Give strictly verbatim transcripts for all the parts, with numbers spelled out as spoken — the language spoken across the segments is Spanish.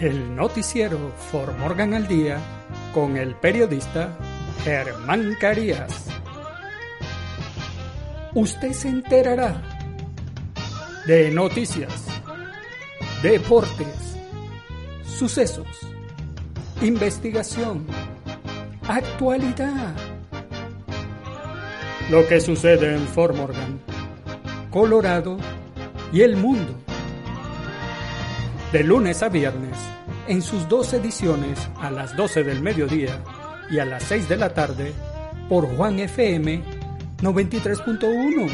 El noticiero For Morgan al Día con el periodista Germán Carías. Usted se enterará de noticias, deportes, sucesos, investigación, actualidad. Lo que sucede en Fort Morgan, Colorado y el mundo. De lunes a viernes, en sus dos ediciones a las doce del mediodía y a las seis de la tarde, por Juan F M noventa y tres punto uno.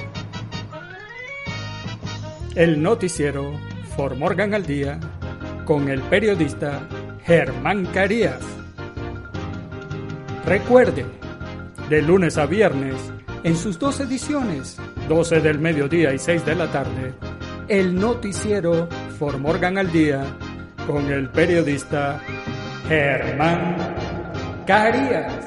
El noticiero For Morgan al Día con el periodista Germán Carías. Recuerde, de lunes a viernes, en sus dos ediciones, doce del mediodía y seis de la tarde, el noticiero For Morgan al Día con el periodista Germán Carías.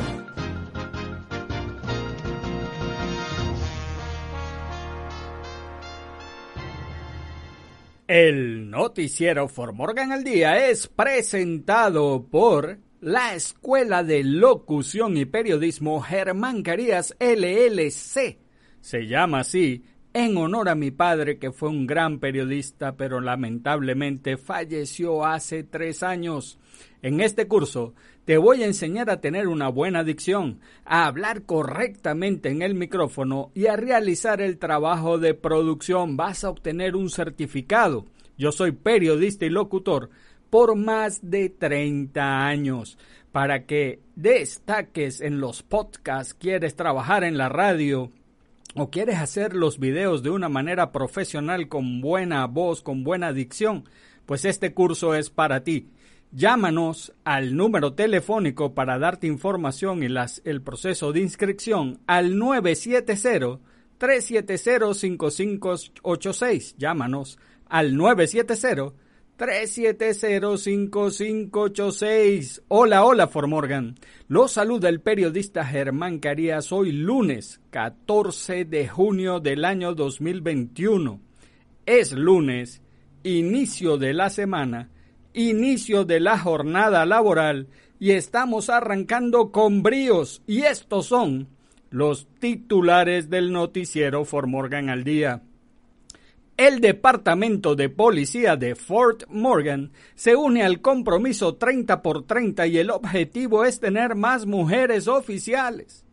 El noticiero For Morgan al Día es presentado por la Escuela de Locución y Periodismo Germán Carías L L C. Se llama así en honor a mi padre, que fue un gran periodista, pero lamentablemente falleció hace tres años. En este curso te voy a enseñar a tener una buena dicción, a hablar correctamente en el micrófono y a realizar el trabajo de producción. Vas a obtener un certificado. Yo soy periodista y locutor por más de treinta años. Para que destaques en los podcasts, quieres trabajar en la radio o quieres hacer los videos de una manera profesional, con buena voz, con buena dicción, pues este curso es para ti. Llámanos al número telefónico para darte información y las, el proceso de inscripción al nueve siete cero, tres siete cero, cinco cinco ocho seis. Llámanos al nueve siete cero, tres siete cero, cinco cinco ocho seis. Hola, hola, For Morgan. Los saluda el periodista Germán Carías hoy lunes catorce de junio del año dos mil veintiuno. Es lunes, inicio de la semana, inicio de la jornada laboral y estamos arrancando con bríos. Y estos son los titulares del noticiero For Morgan al Día. El Departamento de Policía de Fort Morgan se une al compromiso treinta por treinta y el objetivo es tener más mujeres oficiales.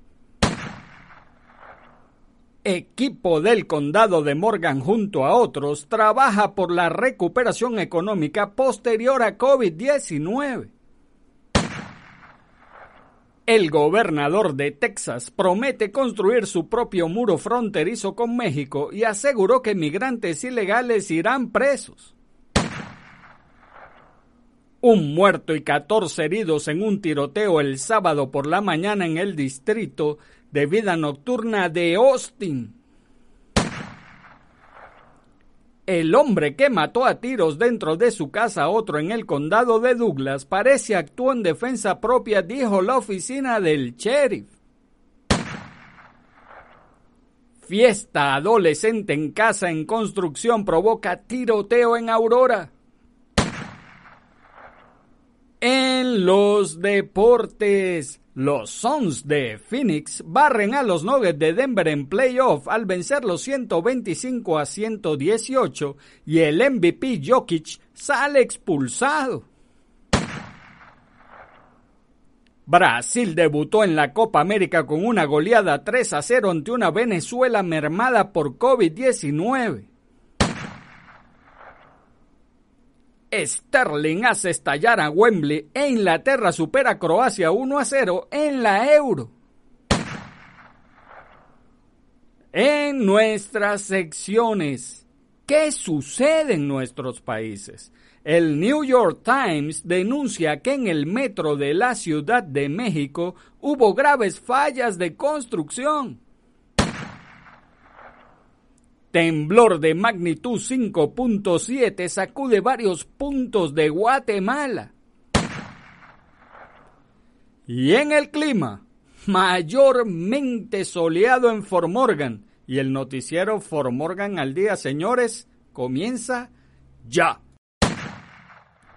Equipo del Condado de Morgan junto a otros trabaja por la recuperación económica posterior a COVID diecinueve. El gobernador de Texas promete construir su propio muro fronterizo con México y aseguró que migrantes ilegales irán presos. Un muerto y catorce heridos en un tiroteo el sábado por la mañana en el distrito de vida nocturna de Austin. El hombre que mató a tiros dentro de su casa a otro en el condado de Douglas parece actuó en defensa propia, dijo la oficina del sheriff. Fiesta adolescente en casa en construcción provoca tiroteo en Aurora. En los deportes, los Suns de Phoenix barren a los Nuggets de Denver en playoff al vencerlos ciento veinticinco a ciento dieciocho y el M V P Jokic sale expulsado. Brasil debutó en la Copa América con una goleada tres a cero ante una Venezuela mermada por COVID diecinueve. Sterling hace estallar a Wembley e Inglaterra supera a Croacia uno a cero en la Euro. En nuestras secciones, ¿qué sucede en nuestros países? El New York Times denuncia que en el metro de la Ciudad de México hubo graves fallas de construcción. Temblor de magnitud cinco punto siete sacude varios puntos de Guatemala. Y en el clima, mayormente soleado en Fort Morgan. Y el noticiero For Morgan al Día, señores, comienza ya.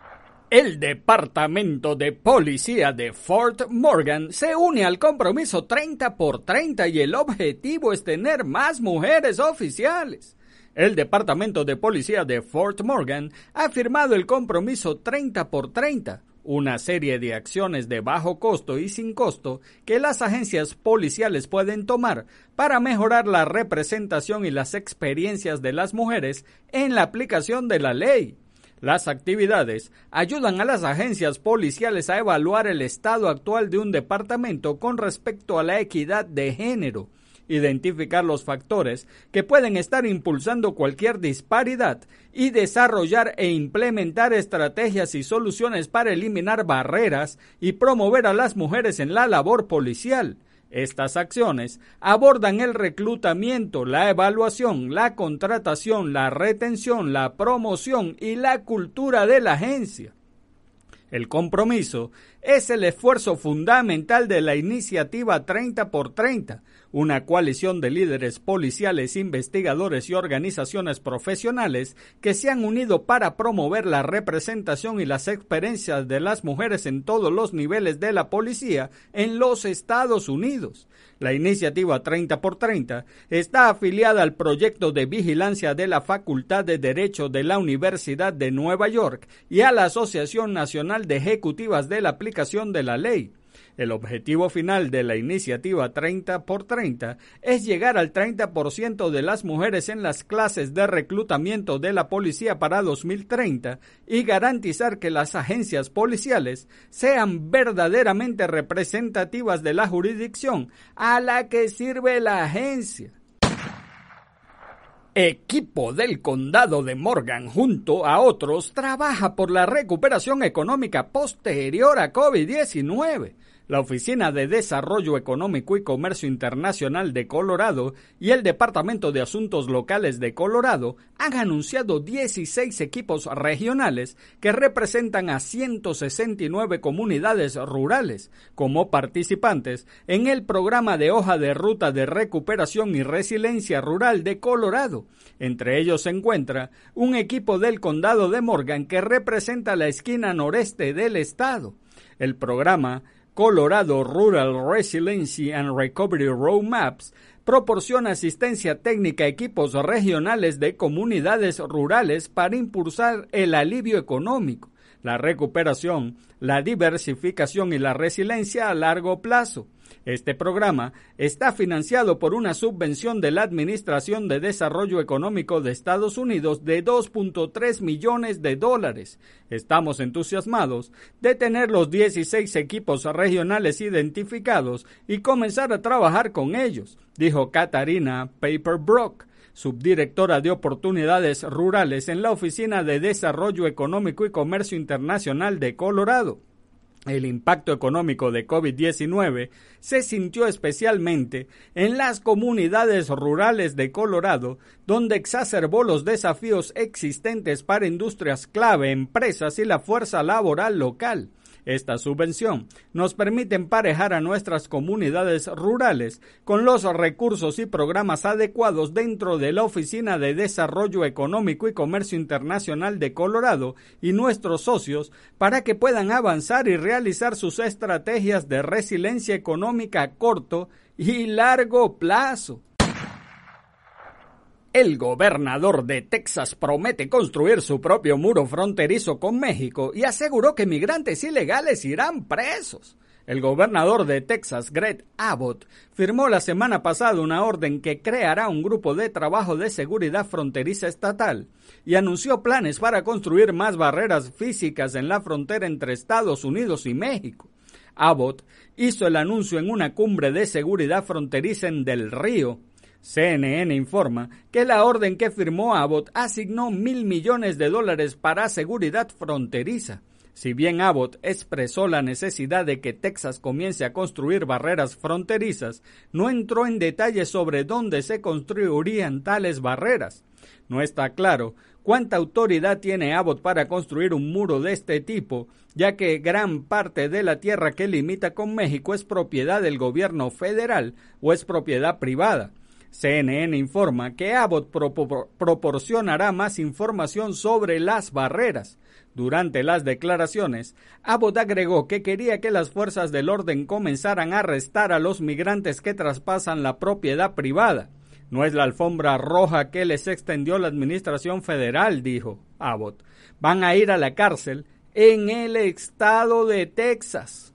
El Departamento de Policía de Fort Morgan se une al compromiso treinta por treinta y el objetivo es tener más mujeres oficiales. El Departamento de Policía de Fort Morgan ha firmado el compromiso treinta por treinta, una serie de acciones de bajo costo y sin costo que las agencias policiales pueden tomar para mejorar la representación y las experiencias de las mujeres en la aplicación de la ley. Las actividades ayudan a las agencias policiales a evaluar el estado actual de un departamento con respecto a la equidad de género, identificar los factores que pueden estar impulsando cualquier disparidad y desarrollar e implementar estrategias y soluciones para eliminar barreras y promover a las mujeres en la labor policial. Estas acciones abordan el reclutamiento, la evaluación, la contratación, la retención, la promoción y la cultura de la agencia. El compromiso es el esfuerzo fundamental de la iniciativa treinta por treinta, una coalición de líderes policiales, investigadores y organizaciones profesionales que se han unido para promover la representación y las experiencias de las mujeres en todos los niveles de la policía en los Estados Unidos. La iniciativa treinta por treinta está afiliada al proyecto de vigilancia de la Facultad de Derecho de la Universidad de Nueva York y a la Asociación Nacional de Ejecutivas de la Aplicación de la Ley. El objetivo final de la iniciativa treinta por treinta es llegar al treinta por ciento de las mujeres en las clases de reclutamiento de la policía para dos mil treinta y garantizar que las agencias policiales sean verdaderamente representativas de la jurisdicción a la que sirve la agencia. Equipo del Condado de Morgan, junto a otros, trabaja por la recuperación económica posterior a COVID diecinueve. La Oficina de Desarrollo Económico y Comercio Internacional de Colorado y el Departamento de Asuntos Locales de Colorado han anunciado dieciséis equipos regionales que representan a ciento sesenta y nueve comunidades rurales como participantes en el programa de hoja de ruta de recuperación y resiliencia rural de Colorado. Entre ellos se encuentra un equipo del Condado de Morgan que representa la esquina noreste del estado. El programa Colorado Rural Resiliency and Recovery Roadmaps proporciona asistencia técnica a equipos regionales de comunidades rurales para impulsar el alivio económico, la recuperación, la diversificación y la resiliencia a largo plazo. Este programa está financiado por una subvención de la Administración de Desarrollo Económico de Estados Unidos de dos punto tres millones de dólares. Estamos entusiasmados de tener los dieciséis equipos regionales identificados y comenzar a trabajar con ellos, dijo Katarina Paperbrook, subdirectora de Oportunidades Rurales en la Oficina de Desarrollo Económico y Comercio Internacional de Colorado. El impacto económico de COVID diecinueve se sintió especialmente en las comunidades rurales de Colorado, donde exacerbó los desafíos existentes para industrias clave, empresas y la fuerza laboral local. Esta subvención nos permite emparejar a nuestras comunidades rurales con los recursos y programas adecuados dentro de la Oficina de Desarrollo Económico y Comercio Internacional de Colorado y nuestros socios para que puedan avanzar y realizar sus estrategias de resiliencia económica a corto y largo plazo. El gobernador de Texas promete construir su propio muro fronterizo con México y aseguró que migrantes ilegales irán presos. El gobernador de Texas, Greg Abbott, firmó la semana pasada una orden que creará un grupo de trabajo de seguridad fronteriza estatal y anunció planes para construir más barreras físicas en la frontera entre Estados Unidos y México. Abbott hizo el anuncio en una cumbre de seguridad fronteriza en Del Río. C N N informa que la orden que firmó Abbott asignó mil millones de dólares para seguridad fronteriza. Si bien Abbott expresó la necesidad de que Texas comience a construir barreras fronterizas, no entró en detalles sobre dónde se construirían tales barreras. No está claro cuánta autoridad tiene Abbott para construir un muro de este tipo, ya que gran parte de la tierra que limita con México es propiedad del gobierno federal o es propiedad privada. C N N informa que Abbott pro- pro- proporcionará más información sobre las barreras. Durante las declaraciones, Abbott agregó que quería que las fuerzas del orden comenzaran a arrestar a los migrantes que traspasan la propiedad privada. No es la alfombra roja que les extendió la administración federal, dijo Abbott. Van a ir a la cárcel en el estado de Texas.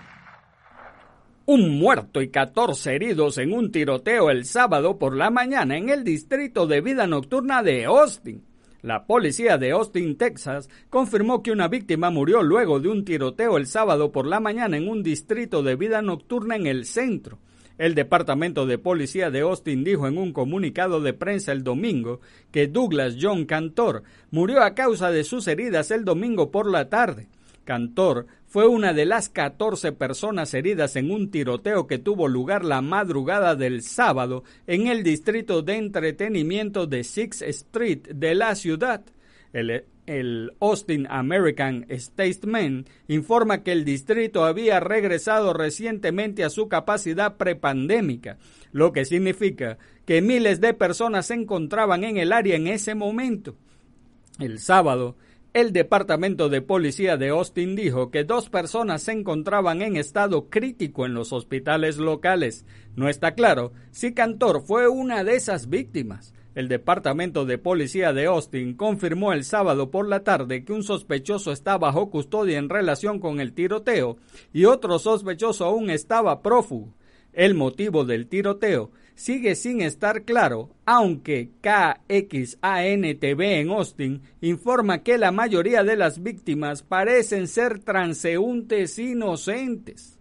Un muerto y catorce heridos en un tiroteo el sábado por la mañana en el distrito de vida nocturna de Austin. La policía de Austin, Texas, confirmó que una víctima murió luego de un tiroteo el sábado por la mañana en un distrito de vida nocturna en el centro. El Departamento de Policía de Austin dijo en un comunicado de prensa el domingo que Douglas John Cantor murió a causa de sus heridas el domingo por la tarde. Cantor fue una de las catorce personas heridas en un tiroteo que tuvo lugar la madrugada del sábado en el distrito de entretenimiento de Sixth Street de la ciudad. El, el Austin American Statesman informa que el distrito había regresado recientemente a su capacidad prepandémica, lo que significa que miles de personas se encontraban en el área en ese momento. El sábado, el Departamento de Policía de Austin dijo que dos personas se encontraban en estado crítico en los hospitales locales. No está claro si Cantor fue una de esas víctimas. El Departamento de Policía de Austin confirmó el sábado por la tarde que un sospechoso está bajo custodia en relación con el tiroteo y otro sospechoso aún estaba prófugo. El motivo del tiroteo sigue sin estar claro, aunque K X A N T V en Austin informa que la mayoría de las víctimas parecen ser transeúntes inocentes.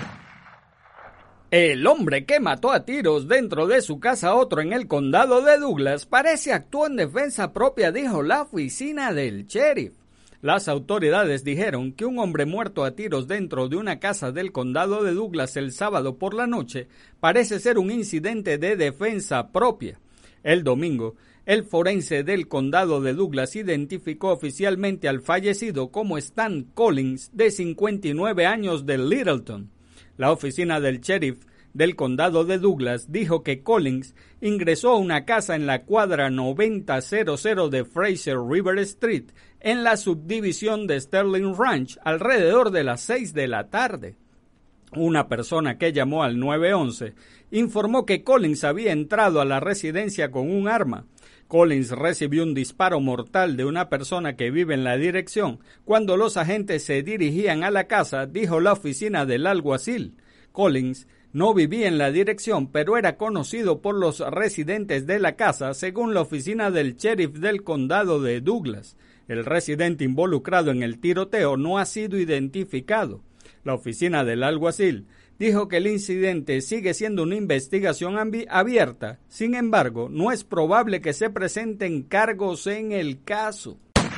El hombre que mató a tiros dentro de su casa a otro en el condado de Douglas parece actuó en defensa propia, dijo la oficina del sheriff. Las autoridades dijeron que un hombre muerto a tiros dentro de una casa del condado de Douglas el sábado por la noche parece ser un incidente de defensa propia. El domingo, el forense del condado de Douglas identificó oficialmente al fallecido como Stan Collins, de cincuenta y nueve años, de Littleton. La oficina del sheriff del condado de Douglas dijo que Collins ingresó a una casa en la cuadra noventa cero de Fraser River Street en la subdivisión de Sterling Ranch alrededor de las seis de la tarde. Una persona que llamó al nueve once informó que Collins había entrado a la residencia con un arma. Collins recibió un disparo mortal de una persona que vive en la dirección cuando los agentes se dirigían a la casa, dijo la oficina del alguacil. Collins no vivía en la dirección, pero era conocido por los residentes de la casa, según la oficina del sheriff del condado de Douglas. El residente involucrado en el tiroteo no ha sido identificado. La oficina del alguacil dijo que el incidente sigue siendo una investigación abierta. Sin embargo, no es probable que se presenten cargos en el caso.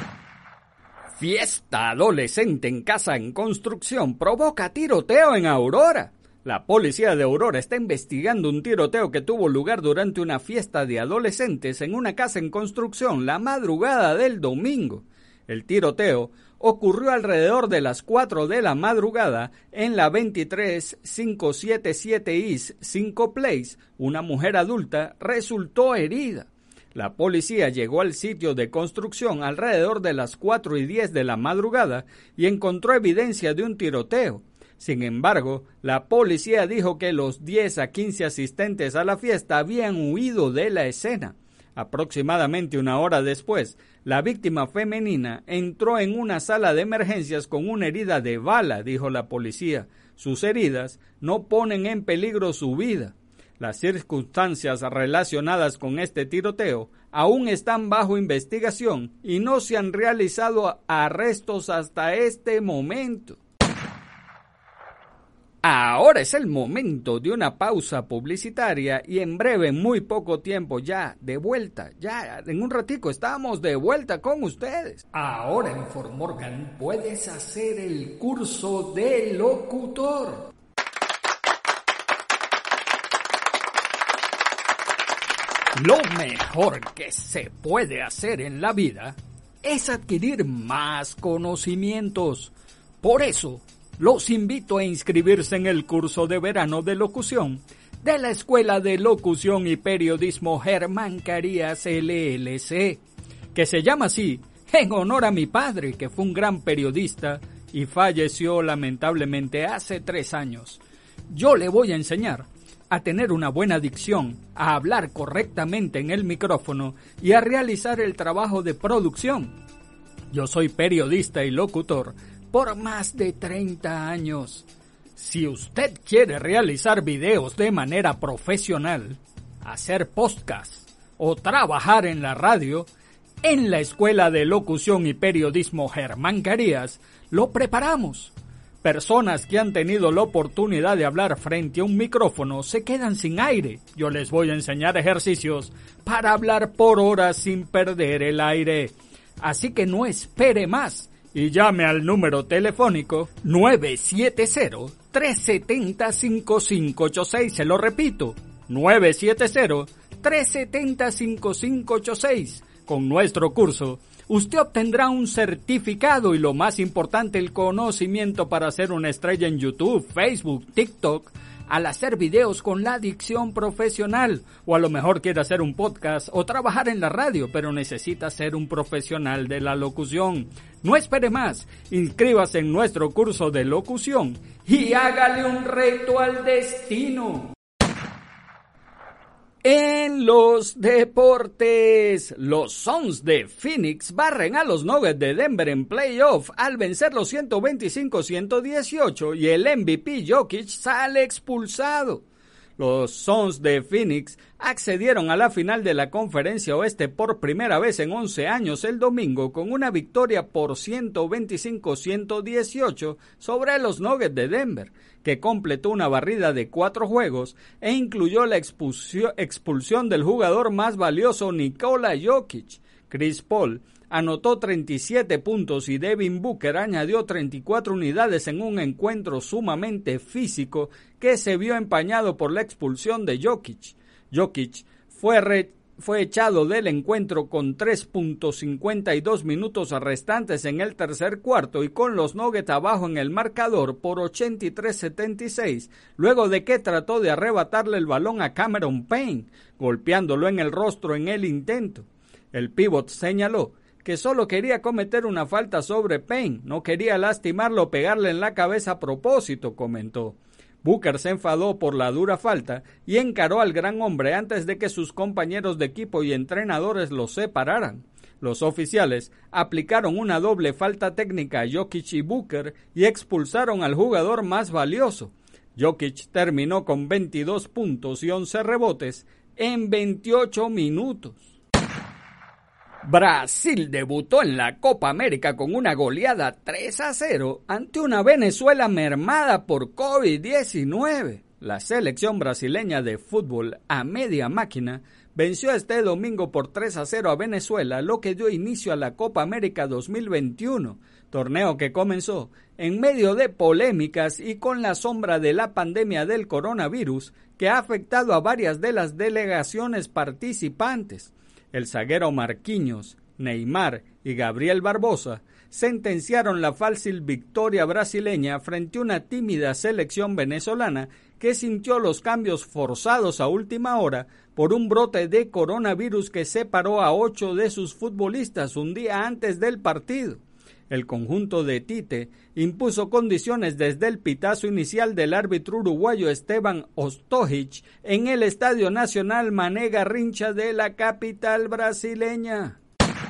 Fiesta adolescente en casa en construcción provoca tiroteo en Aurora. La policía de Aurora está investigando un tiroteo que tuvo lugar durante una fiesta de adolescentes en una casa en construcción la madrugada del domingo. El tiroteo ocurrió alrededor de las cuatro de la madrugada en la veintitrés mil quinientos setenta y siete East cinco Place. Una mujer adulta resultó herida. La policía llegó al sitio de construcción alrededor de las cuatro y diez de la madrugada y encontró evidencia de un tiroteo. Sin embargo, la policía dijo que los diez a quince asistentes a la fiesta habían huido de la escena. Aproximadamente una hora después, la víctima femenina entró en una sala de emergencias con una herida de bala, dijo la policía. Sus heridas no ponen en peligro su vida. Las circunstancias relacionadas con este tiroteo aún están bajo investigación y no se han realizado arrestos hasta este momento. Ahora es el momento de una pausa publicitaria y en breve, en muy poco tiempo, ya de vuelta, ya en un ratico estamos de vuelta con ustedes. Ahora en Fort Morgan puedes hacer el curso de locutor. Lo mejor que se puede hacer en la vida es adquirir más conocimientos. Por eso, los invito a inscribirse en el curso de verano de locución de la Escuela de Locución y Periodismo Germán Carías L L C, que se llama así en honor a mi padre, que fue un gran periodista y falleció lamentablemente hace tres años. Yo le voy a enseñar a tener una buena dicción, a hablar correctamente en el micrófono y a realizar el trabajo de producción. Yo soy periodista y locutor por más de treinta años. Si usted quiere realizar videos de manera profesional, hacer podcast o trabajar en la radio, en la Escuela de Locución y Periodismo Germán Carías lo preparamos. Personas que han tenido la oportunidad de hablar frente a un micrófono se quedan sin aire. Yo les voy a enseñar ejercicios para hablar por horas sin perder el aire. Así que no espere más y llame al número telefónico nueve siete cero, tres siete cero, cinco cinco ocho seis. Se lo repito, nueve siete cero, tres siete cero, cinco cinco ocho seis. Con nuestro curso, usted obtendrá un certificado y lo más importante, el conocimiento para ser una estrella en YouTube, Facebook, TikTok, al hacer videos con la dicción profesional, o a lo mejor quiere hacer un podcast o trabajar en la radio, pero necesita ser un profesional de la locución. No espere más, inscríbase en nuestro curso de locución y hágale un reto al destino. En los deportes, los Suns de Phoenix barren a los Nuggets de Denver en playoff al vencer los ciento veinticinco a ciento dieciocho y el M V P Jokic sale expulsado. Los Suns de Phoenix accedieron a la final de la Conferencia Oeste por primera vez en once años el domingo con una victoria por ciento veinticinco a ciento dieciocho sobre los Nuggets de Denver, que completó una barrida de cuatro juegos e incluyó la expulsión, expulsión del jugador más valioso Nikola Jokic. Chris Paul anotó treinta y siete puntos y Devin Booker añadió treinta y cuatro unidades en un encuentro sumamente físico que se vio empañado por la expulsión de Jokic. Jokic fue, re, fue echado del encuentro con tres punto cincuenta y dos minutos restantes en el tercer cuarto y con los Nuggets abajo en el marcador por ochenta y tres a setenta y seis, luego de que trató de arrebatarle el balón a Cameron Payne, golpeándolo en el rostro en el intento. El pívot señaló que solo quería cometer una falta sobre Payne, no quería lastimarlo o pegarle en la cabeza a propósito, comentó. Booker se enfadó por la dura falta y encaró al gran hombre antes de que sus compañeros de equipo y entrenadores lo separaran. Los oficiales aplicaron una doble falta técnica a Jokic y Booker y expulsaron al jugador más valioso. Jokic terminó con veintidós puntos y once rebotes en veintiocho minutos. Brasil debutó en la Copa América con una goleada tres a cero ante una Venezuela mermada por COVID diecinueve. La selección brasileña de fútbol a media máquina venció este domingo por tres a cero a Venezuela, lo que dio inicio a la Copa América dos mil veintiuno, torneo que comenzó en medio de polémicas y con la sombra de la pandemia del coronavirus que ha afectado a varias de las delegaciones participantes. El zaguero Marquinhos, Neymar y Gabriel Barbosa sentenciaron la fácil victoria brasileña frente a una tímida selección venezolana que sintió los cambios forzados a última hora por un brote de coronavirus que separó a ocho de sus futbolistas un día antes del partido. El conjunto de Tite impuso condiciones desde el pitazo inicial del árbitro uruguayo Esteban Ostojic en el Estadio Nacional Mané Garrincha de la capital brasileña.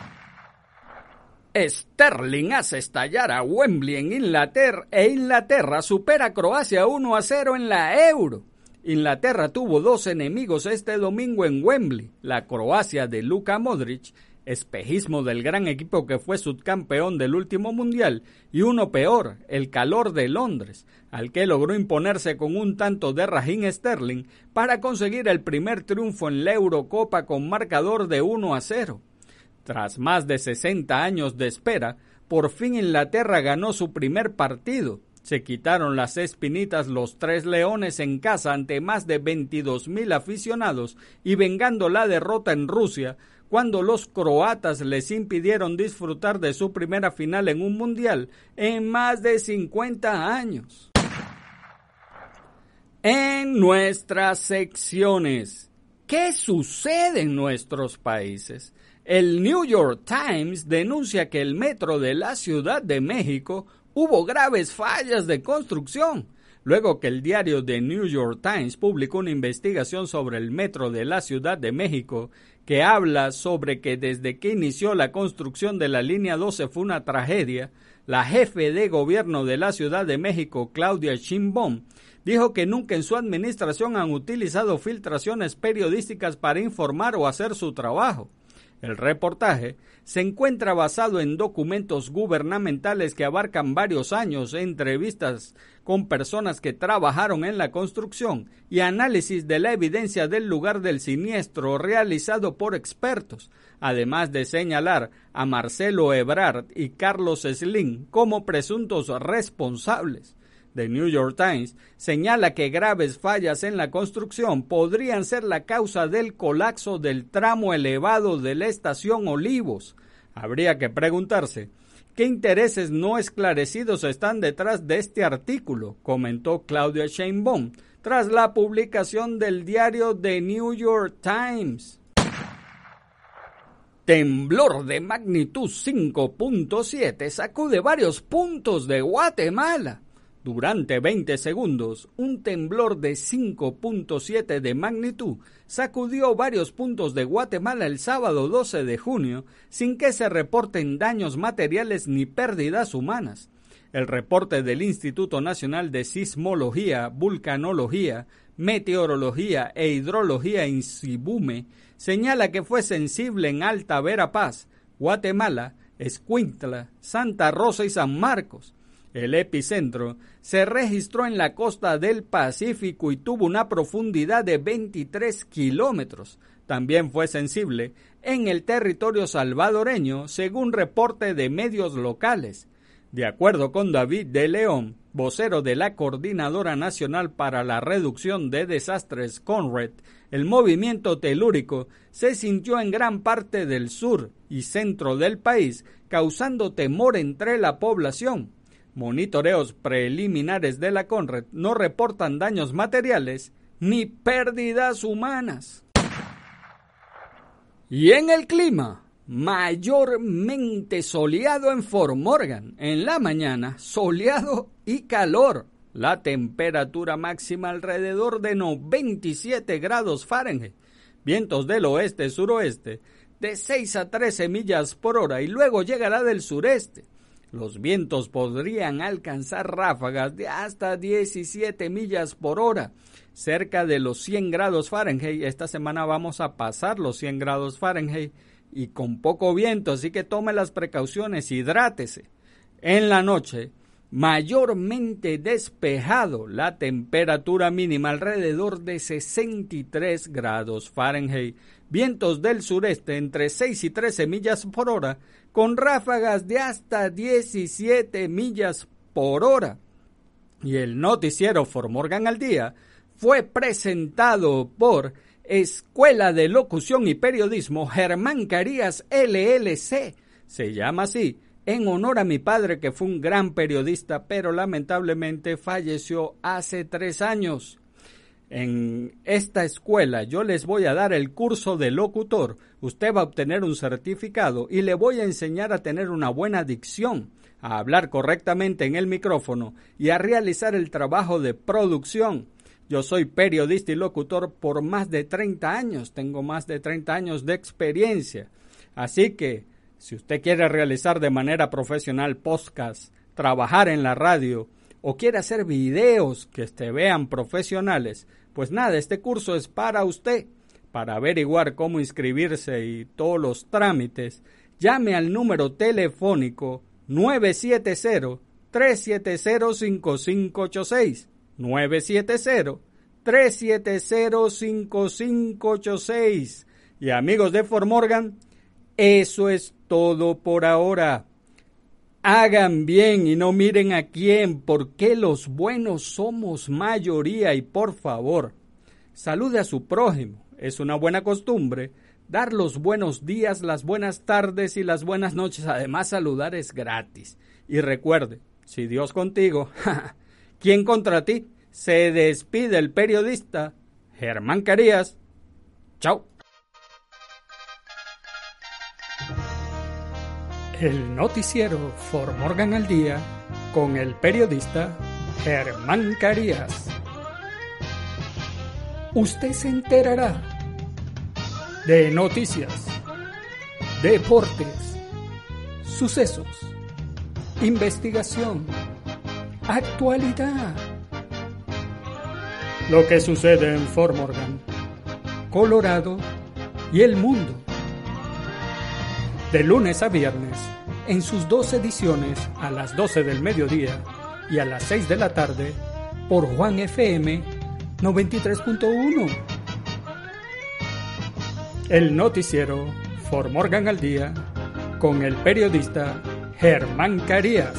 Sterling hace estallar a Wembley en Inglaterra e Inglaterra supera a Croacia uno a cero en la Euro. Inglaterra tuvo dos enemigos este domingo en Wembley, la Croacia de Luka Modric, espejismo del gran equipo que fue subcampeón del último mundial, y uno peor, el calor de Londres, al que logró imponerse con un tanto de Raheem Sterling para conseguir el primer triunfo en la Eurocopa con marcador de uno a cero. Tras más de sesenta años de espera, por fin Inglaterra ganó su primer partido. Se quitaron las espinitas los tres leones en casa ante más de veintidós mil aficionados y vengando la derrota en Rusia, cuando los croatas les impidieron disfrutar de su primera final en un mundial en más de cincuenta años. En nuestras secciones, ¿qué sucede en nuestros países? El New York Times denuncia que el metro de la Ciudad de México hubo graves fallas de construcción, luego que el diario The New York Times publicó una investigación sobre el metro de la Ciudad de México que habla sobre que desde que inició la construcción de la línea doce fue una tragedia. La jefe de gobierno de la Ciudad de México, Claudia Sheinbaum, dijo que nunca en su administración han utilizado filtraciones periodísticas para informar o hacer su trabajo. El reportaje se encuentra basado en documentos gubernamentales que abarcan varios años, entrevistas con personas que trabajaron en la construcción y análisis de la evidencia del lugar del siniestro realizado por expertos, además de señalar a Marcelo Ebrard y Carlos Slim como presuntos responsables. The New York Times señala que graves fallas en la construcción podrían ser la causa del colapso del tramo elevado de la estación Olivos. Habría que preguntarse, ¿qué intereses no esclarecidos están detrás de este artículo?, comentó Claudia Sheinbaum tras la publicación del diario The New York Times. Temblor de magnitud cinco punto siete sacude varios puntos de Guatemala. Durante veinte segundos, un temblor de cinco punto siete de magnitud sacudió varios puntos de Guatemala el sábado doce de junio sin que se reporten daños materiales ni pérdidas humanas. El reporte del Instituto Nacional de Sismología, Vulcanología, Meteorología e Hidrología INSIBUME señala que fue sensible en Alta Verapaz, Guatemala, Escuintla, Santa Rosa y San Marcos. El epicentro se registró en la costa del Pacífico y tuvo una profundidad de veintitrés kilómetros. También fue sensible en el territorio salvadoreño, según reporte de medios locales. De acuerdo con David de León, vocero de la Coordinadora Nacional para la Reducción de Desastres CONRED, el movimiento telúrico se sintió en gran parte del sur y centro del país, causando temor entre la población. Monitoreos preliminares de la CONRED no reportan daños materiales ni pérdidas humanas. Y en el clima, mayormente soleado en Fort Morgan. En la mañana, soleado y calor. La temperatura máxima alrededor de veintisiete grados Fahrenheit. Vientos del oeste-suroeste de seis a trece millas por hora y luego llegará del sureste. Los vientos podrían alcanzar ráfagas de hasta diecisiete millas por hora, cerca de los cien grados Fahrenheit. Esta semana vamos a pasar los cien grados Fahrenheit y con poco viento, así que tome las precauciones, hidrátese. En la noche, mayormente despejado, la temperatura mínima alrededor de sesenta y tres grados Fahrenheit. Vientos del sureste entre seis y trece millas por hora, con ráfagas de hasta diecisiete millas por hora. Y el noticiero Fort Morgan al Día fue presentado por Escuela de Locución y Periodismo Germán Carías L L C. Se llama así en honor a mi padre, que fue un gran periodista, pero lamentablemente falleció hace tres años. En esta escuela yo les voy a dar el curso de locutor. Usted va a obtener un certificado y le voy a enseñar a tener una buena dicción, a hablar correctamente en el micrófono y a realizar el trabajo de producción. Yo soy periodista y locutor por más de treinta años, tengo más de treinta años de experiencia. Así que, si usted quiere realizar de manera profesional podcast, trabajar en la radio o quiere hacer videos que se vean profesionales, pues nada, este curso es para usted. Para averiguar cómo inscribirse y todos los trámites, llame al número telefónico nueve siete cero, tres siete cero, cinco cinco ocho seis, nueve siete cero, tres siete cero, cinco cinco ocho seis. Y amigos de Fort Morgan, eso es todo por ahora. Hagan bien y no miren a quién, porque los buenos somos mayoría. Y por favor, salude a su prójimo. Es una buena costumbre dar los buenos días, las buenas tardes y las buenas noches. Además, saludar es gratis. Y recuerde, si Dios contigo, ¿quién contra ti? se despide el periodista Germán Carías. Chao. El noticiero For Morgan al Día con el periodista Germán Carías. Usted se enterará de noticias, deportes, sucesos, investigación, actualidad. Lo que sucede en Fort Morgan, Colorado y el mundo. De lunes a viernes, en sus dos ediciones a las doce del mediodía y a las seis de la tarde, por Juan F M noventa y tres punto uno. El noticiero For Morgan al Día con el periodista Germán Carías.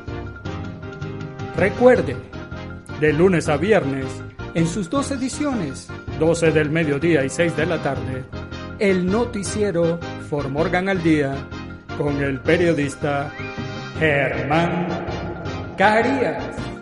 Recuerde, de lunes a viernes, en sus dos ediciones, doce del mediodía y seis de la tarde, el noticiero For Morgan al Día con el periodista Germán Carías.